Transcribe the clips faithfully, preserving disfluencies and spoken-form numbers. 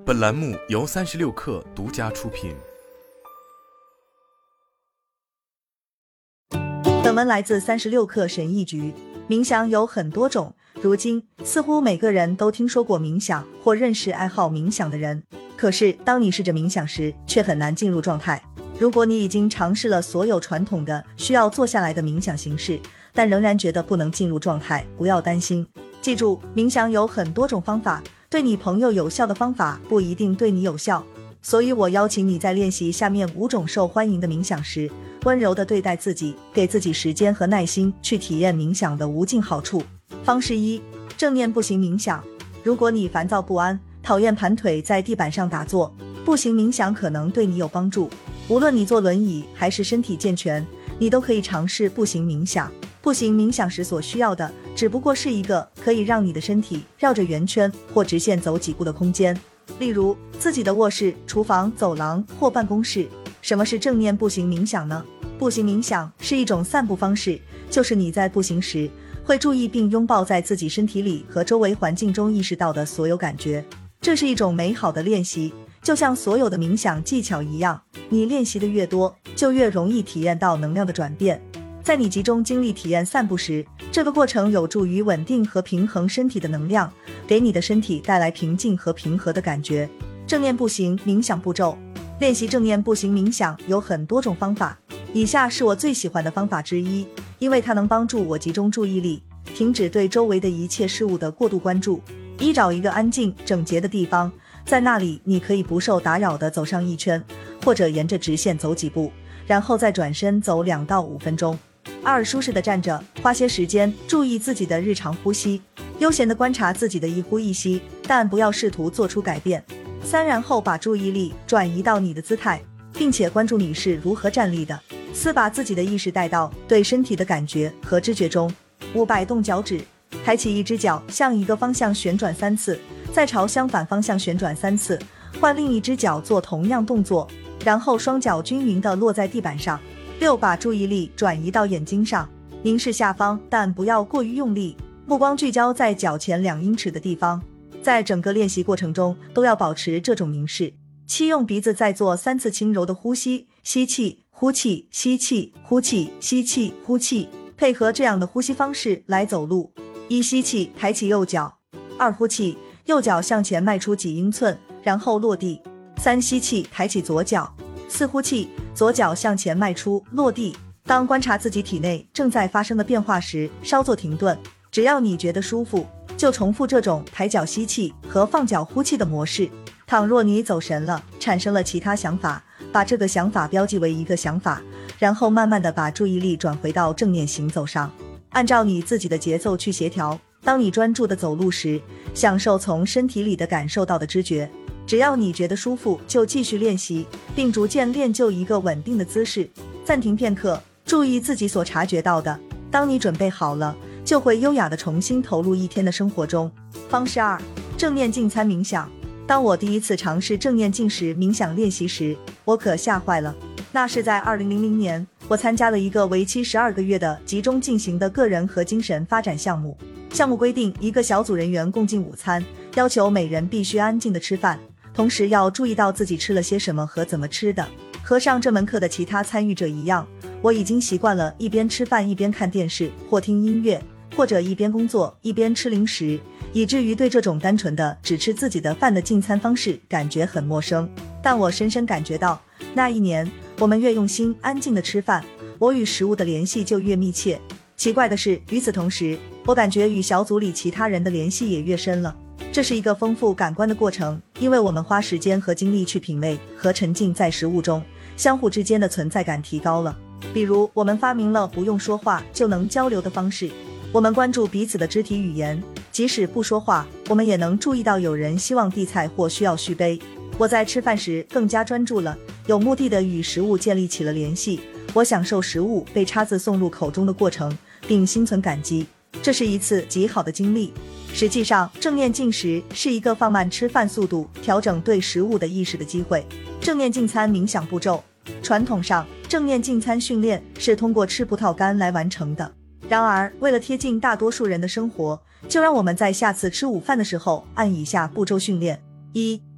本栏目由三十六氪独家出品。 本文来自三十六氪神译局。冥想有很多种，如今似乎每个人都听说过冥想或认识爱好冥想的人。可是当你试着冥想时，却很难进入状态。如果你已经尝试了所有传统的需要坐下来的冥想形式，但仍然觉得不能进入状态，不要担心。记住，冥想有很多种方法，对你朋友有效的方法不一定对你有效。所以我邀请你在练习下面五种受欢迎的冥想时，温柔地对待自己，给自己时间和耐心去体验冥想的无尽好处。方式一，正念步行冥想。如果你烦躁不安，讨厌盘腿在地板上打坐，步行冥想可能对你有帮助。无论你坐轮椅还是身体健全，你都可以尝试步行冥想。步行冥想时所需要的只不过是一个可以让你的身体绕着圆圈或直线走几步的空间，例如自己的卧室、厨房、走廊或办公室。什么是正念步行冥想呢？步行冥想是一种散步方式，就是你在步行时会注意并拥抱在自己身体里和周围环境中意识到的所有感觉。这是一种美好的练习，就像所有的冥想技巧一样，你练习的越多，就越容易体验到能量的转变。在你集中精力体验散步时，这个过程有助于稳定和平衡身体的能量，给你的身体带来平静和平和的感觉。正念步行冥想步骤。练习正念步行冥想有很多种方法，以下是我最喜欢的方法之一，因为它能帮助我集中注意力，停止对周围的一切事物的过度关注。一，找一个安静整洁的地方，在那里你可以不受打扰地走上一圈，或者沿着直线走几步，然后再转身走两到五分钟。二，舒适地站着，花些时间注意自己的日常呼吸，悠闲地观察自己的一呼一吸，但不要试图做出改变。三，然后把注意力转移到你的姿态，并且关注你是如何站立的。四，把自己的意识带到对身体的感觉和知觉中。五，摆动脚趾，抬起一只脚向一个方向旋转三次，再朝相反方向旋转三次，换另一只脚做同样动作，然后双脚均匀地落在地板上。六，把注意力转移到眼睛上，凝视下方，但不要过于用力，目光聚焦在脚前两英尺的地方。在整个练习过程中都要保持这种凝视。七，用鼻子再做三次轻柔的呼吸，吸气、呼气、吸气、呼气、吸气、呼气，配合这样的呼吸方式来走路。一，吸气，抬起右脚。二，呼气，右脚向前迈出几英寸，然后落地。三，吸气，抬起左脚。四，呼气，左脚向前迈出，落地。当观察自己体内正在发生的变化时，稍作停顿，只要你觉得舒服，就重复这种抬脚吸气和放脚呼气的模式。倘若你走神了，产生了其他想法，把这个想法标记为一个想法，然后慢慢的把注意力转回到正念行走上，按照你自己的节奏去协调。当你专注的走路时，享受从身体里的感受到的知觉。只要你觉得舒服，就继续练习，并逐渐练就一个稳定的姿势。暂停片刻，注意自己所察觉到的。当你准备好了，就会优雅地重新投入一天的生活中。方式二，正念进餐冥想。当我第一次尝试正念进食冥想练习时，我可吓坏了。那是在二零零零年，我参加了一个为期十二个月的集中进行的个人和精神发展项目。项目规定，一个小组人员共进午餐，要求每人必须安静地吃饭，同时要注意到自己吃了些什么和怎么吃的。和上这门课的其他参与者一样，我已经习惯了一边吃饭一边看电视或听音乐，或者一边工作一边吃零食，以至于对这种单纯的只吃自己的饭的进餐方式感觉很陌生。但我深深感觉到，那一年我们越用心安静地吃饭，我与食物的联系就越密切。奇怪的是，与此同时，我感觉与小组里其他人的联系也越深了。这是一个丰富感官的过程，因为我们花时间和精力去品味和沉浸在食物中，相互之间的存在感提高了。比如，我们发明了不用说话就能交流的方式，我们关注彼此的肢体语言，即使不说话，我们也能注意到有人希望递菜或需要续杯。我在吃饭时更加专注了，有目的地与食物建立起了联系。我享受食物被叉子送入口中的过程，并心存感激。这是一次极好的经历。实际上，正念进食是一个放慢吃饭速度、调整对食物的意识的机会。正念进餐冥想步骤。传统上，正念进餐训练是通过吃葡萄干来完成的。然而，为了贴近大多数人的生活，就让我们在下次吃午饭的时候按以下步骤训练。一、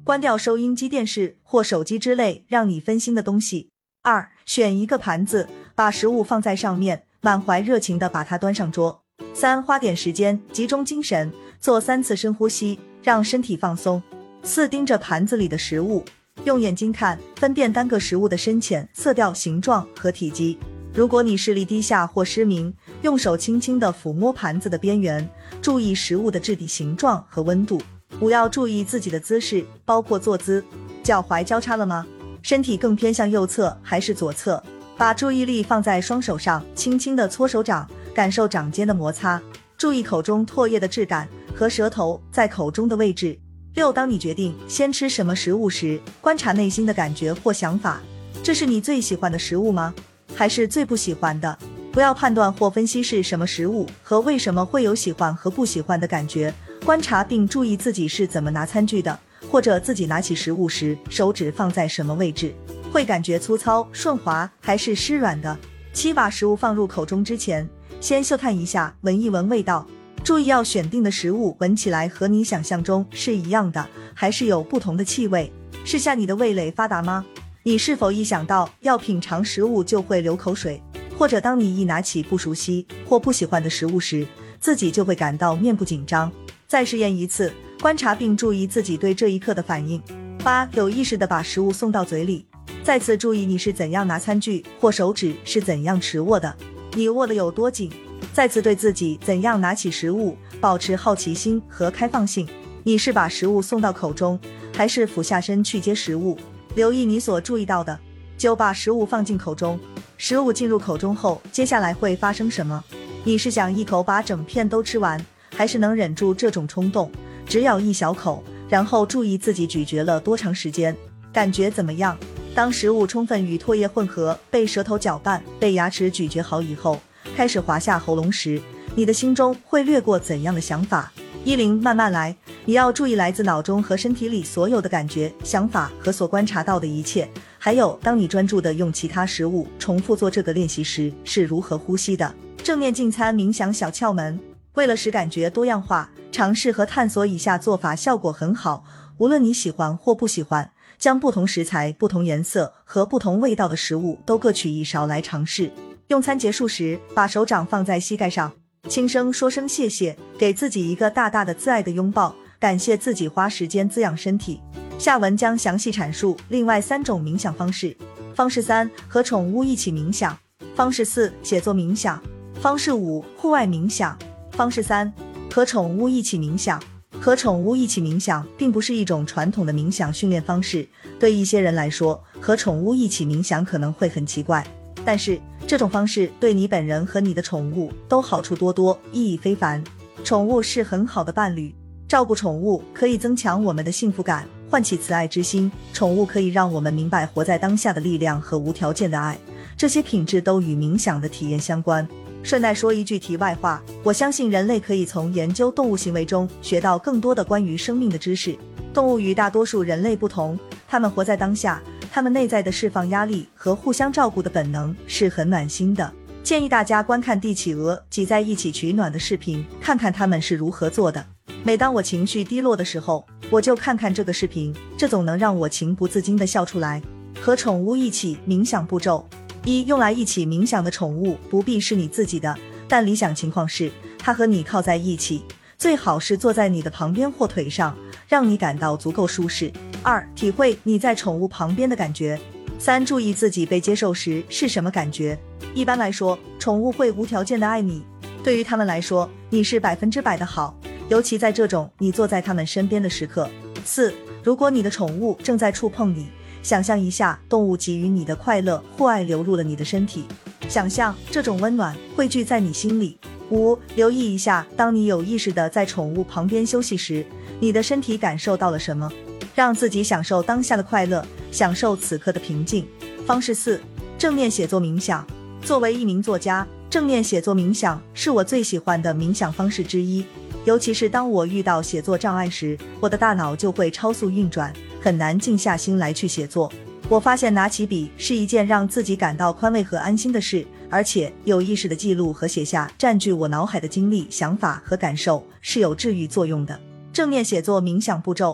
关掉收音机、电视或手机之类让你分心的东西。二、选一个盘子，把食物放在上面，满怀热情地把它端上桌。三、花点时间，集中精神，做三次深呼吸，让身体放松。四、盯着盘子里的食物，用眼睛看，分辨单个食物的深浅、色调、形状和体积。如果你视力低下或失明，用手轻轻地抚摸盘子的边缘，注意食物的质地、形状和温度。五、要注意自己的姿势，包括坐姿。脚踝交叉了吗？身体更偏向右侧还是左侧？把注意力放在双手上，轻轻地搓手掌，感受掌间的摩擦。注意口中唾液的质感和舌头在口中的位置。六、当你决定先吃什么食物时，观察内心的感觉或想法。这是你最喜欢的食物吗？还是最不喜欢的？不要判断或分析是什么食物和为什么会有喜欢和不喜欢的感觉，观察并注意自己是怎么拿餐具的，或者自己拿起食物时手指放在什么位置，会感觉粗糙、顺滑还是湿软的。七、把食物放入口中之前，先嗅探一下，闻一闻味道。注意要选定的食物闻起来和你想象中是一样的，还是有不同的气味。试下你的味蕾发达吗？你是否一想到要品尝食物就会流口水？或者当你一拿起不熟悉或不喜欢的食物时，自己就会感到面部紧张？再试验一次，观察并注意自己对这一刻的反应。八、有意识地把食物送到嘴里，再次注意你是怎样拿餐具，或手指是怎样持握的，你握得有多紧。再次对自己怎样拿起食物保持好奇心和开放性，你是把食物送到口中，还是俯下身去接食物？留意你所注意到的。九、把食物放进口中，食物进入口中后，接下来会发生什么？你是想一口把整片都吃完，还是能忍住这种冲动，只咬一小口，然后注意自己咀嚼了多长时间，感觉怎么样？当食物充分与唾液混合，被舌头搅拌，被牙齿咀嚼好以后，开始滑下喉咙时，你的心中会掠过怎样的想法？一零慢慢来，你要注意来自脑中和身体里所有的感觉、想法和所观察到的一切。还有，当你专注地用其他食物重复做这个练习时，是如何呼吸的。正念进餐冥想小窍门，为了使感觉多样化，尝试和探索以下做法效果很好。无论你喜欢或不喜欢，将不同食材、不同颜色和不同味道的食物都各取一勺来尝试。用餐结束时，把手掌放在膝盖上，轻声说声谢谢，给自己一个大大的自爱的拥抱，感谢自己花时间滋养身体。下文将详细阐述另外三种冥想方式。方式三，和宠物一起冥想。方式四，写作冥想。方式五，户外冥想。方式三，和宠物一起冥想。和宠物一起冥想并不是一种传统的冥想训练方式，对一些人来说，和宠物一起冥想可能会很奇怪，但是这种方式对你本人和你的宠物都好处多多，意义非凡。宠物是很好的伴侣，照顾宠物可以增强我们的幸福感，唤起慈爱之心。宠物可以让我们明白活在当下的力量和无条件的爱，这些品质都与冥想的体验相关。顺带说一句题外话，我相信人类可以从研究动物行为中学到更多的关于生命的知识。动物与大多数人类不同，它们活在当下，它们内在的释放压力和互相照顾的本能是很暖心的。建议大家观看帝企鹅挤在一起取暖的视频，看看它们是如何做的。每当我情绪低落的时候，我就看看这个视频，这总能让我情不自禁地笑出来。和宠物一起冥想步骤一，用来一起冥想的宠物不必是你自己的，但理想情况是它和你靠在一起，最好是坐在你的旁边或腿上，让你感到足够舒适。二，体会你在宠物旁边的感觉。三，注意自己被接受时是什么感觉。一般来说，宠物会无条件的爱你，对于他们来说，你是百分之百的好，尤其在这种你坐在他们身边的时刻。四，如果你的宠物正在触碰你，想象一下动物给予你的快乐或爱流入了你的身体，想象这种温暖汇聚在你心里。五，留意一下，当你有意识地在宠物旁边休息时，你的身体感受到了什么，让自己享受当下的快乐，享受此刻的平静。方式四，正念写作冥想。作为一名作家，正念写作冥想是我最喜欢的冥想方式之一，尤其是当我遇到写作障碍时，我的大脑就会超速运转，很难静下心来去写作。我发现拿起笔是一件让自己感到宽慰和安心的事，而且有意识的记录和写下占据我脑海的经历、想法和感受是有治愈作用的。正念写作冥想步骤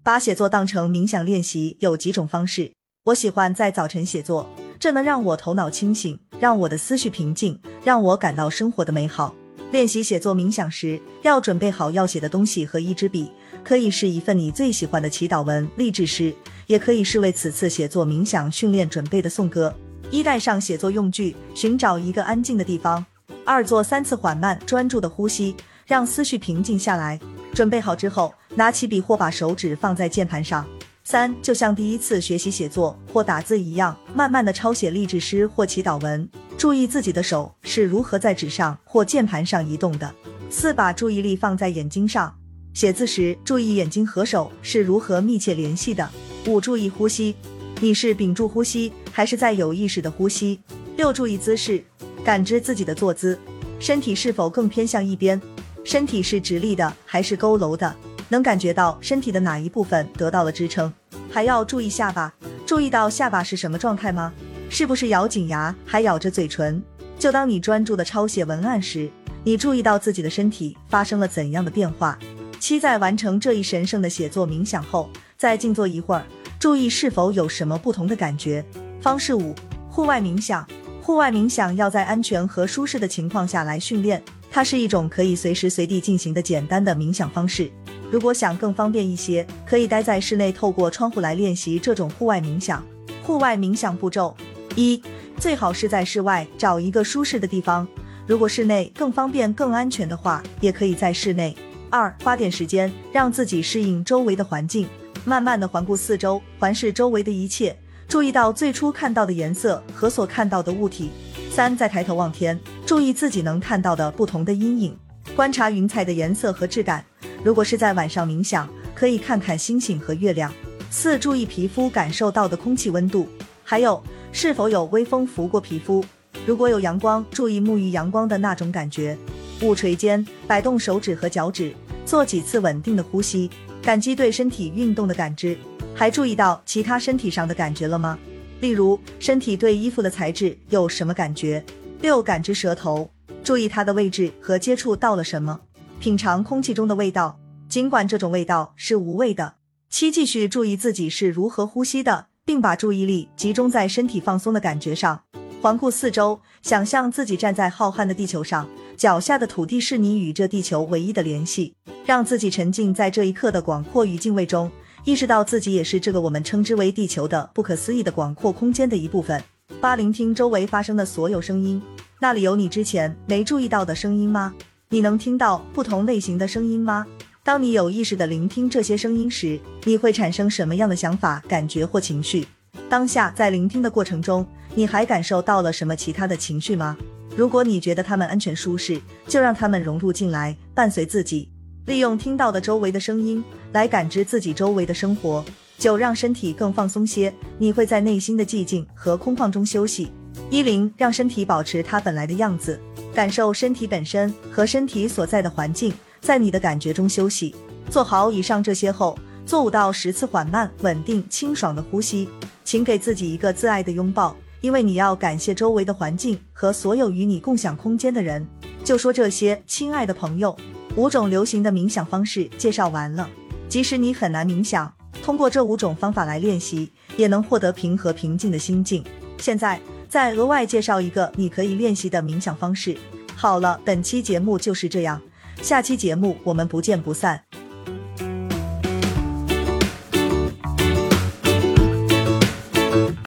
把写作当成冥想练习有几种方式，我喜欢在早晨写作，这能让我头脑清醒，让我的思绪平静，让我感到生活的美好。练习写作冥想时，要准备好要写的东西和一支笔，可以是一份你最喜欢的祈祷文、励志诗，也可以是为此次写作冥想训练准备的颂歌。一、带上写作用具，寻找一个安静的地方。二、做三次缓慢专注的呼吸，让思绪平静下来。准备好之后，拿起笔或把手指放在键盘上。三、就像第一次学习写作或打字一样，慢慢地抄写励志诗或祈祷文，注意自己的手是如何在纸上或键盘上移动的。四、把注意力放在眼睛上，写字时注意眼睛和手是如何密切联系的。五、注意呼吸，你是屏住呼吸还是在有意识的呼吸。六、注意姿势，感知自己的坐姿，身体是否更偏向一边，身体是直立的还是佝偻的，能感觉到身体的哪一部分得到了支撑。还要注意下巴，注意到下巴是什么状态吗？是不是咬紧牙还咬着嘴唇？就当你专注的抄写文案时，你注意到自己的身体发生了怎样的变化。七、在完成这一神圣的写作冥想后，再静坐一会儿，注意是否有什么不同的感觉。方式五、户外冥想。户外冥想要在安全和舒适的情况下来训练，它是一种可以随时随地进行的简单的冥想方式。如果想更方便一些，可以待在室内，透过窗户来练习这种户外冥想。户外冥想步骤：一、最好是在室外找一个舒适的地方，如果室内更方便更安全的话，也可以在室内。二、花点时间让自己适应周围的环境，慢慢地环顾四周，环视周围的一切，注意到最初看到的颜色和所看到的物体。三、再抬头望天，注意自己能看到的不同的阴影，观察云彩的颜色和质感，如果是在晚上冥想，可以看看星星和月亮。四、注意皮肤感受到的空气温度，还有是否有微风拂过皮肤，如果有阳光，注意沐浴阳光的那种感觉。五、垂肩，摆动手指和脚趾，做几次稳定的呼吸，感激对身体运动的感知。还注意到其他身体上的感觉了吗？例如，身体对衣服的材质有什么感觉？六、感知舌头，注意它的位置和接触到了什么，品尝空气中的味道，尽管这种味道是无味的。七、继续注意自己是如何呼吸的，并把注意力集中在身体放松的感觉上。环顾四周，想象自己站在浩瀚的地球上，脚下的土地是你与这地球唯一的联系，让自己沉浸在这一刻的广阔与敬畏中，意识到自己也是这个我们称之为地球的不可思议的广阔空间的一部分。八、聆听周围发生的所有声音，那里有你之前没注意到的声音吗？你能听到不同类型的声音吗？当你有意识地聆听这些声音时，你会产生什么样的想法、感觉或情绪？当下在聆听的过程中，你还感受到了什么其他的情绪吗？如果你觉得它们安全舒适，就让它们融入进来，伴随自己。利用听到的周围的声音来感知自己周围的生活，九、让身体更放松些，你会在内心的寂静和空旷中休息。一零、让身体保持它本来的样子，感受身体本身和身体所在的环境，在你的感觉中休息。做好以上这些后，做五到十次缓慢、稳定、清爽的呼吸，请给自己一个自爱的拥抱，因为你要感谢周围的环境和所有与你共享空间的人。就说这些，亲爱的朋友，五种流行的冥想方式介绍完了。即使你很难冥想，通过这五种方法来练习，也能获得平和平静的心境。现在再额外介绍一个你可以练习的冥想方式。好了，本期节目就是这样，下期节目我们不见不散。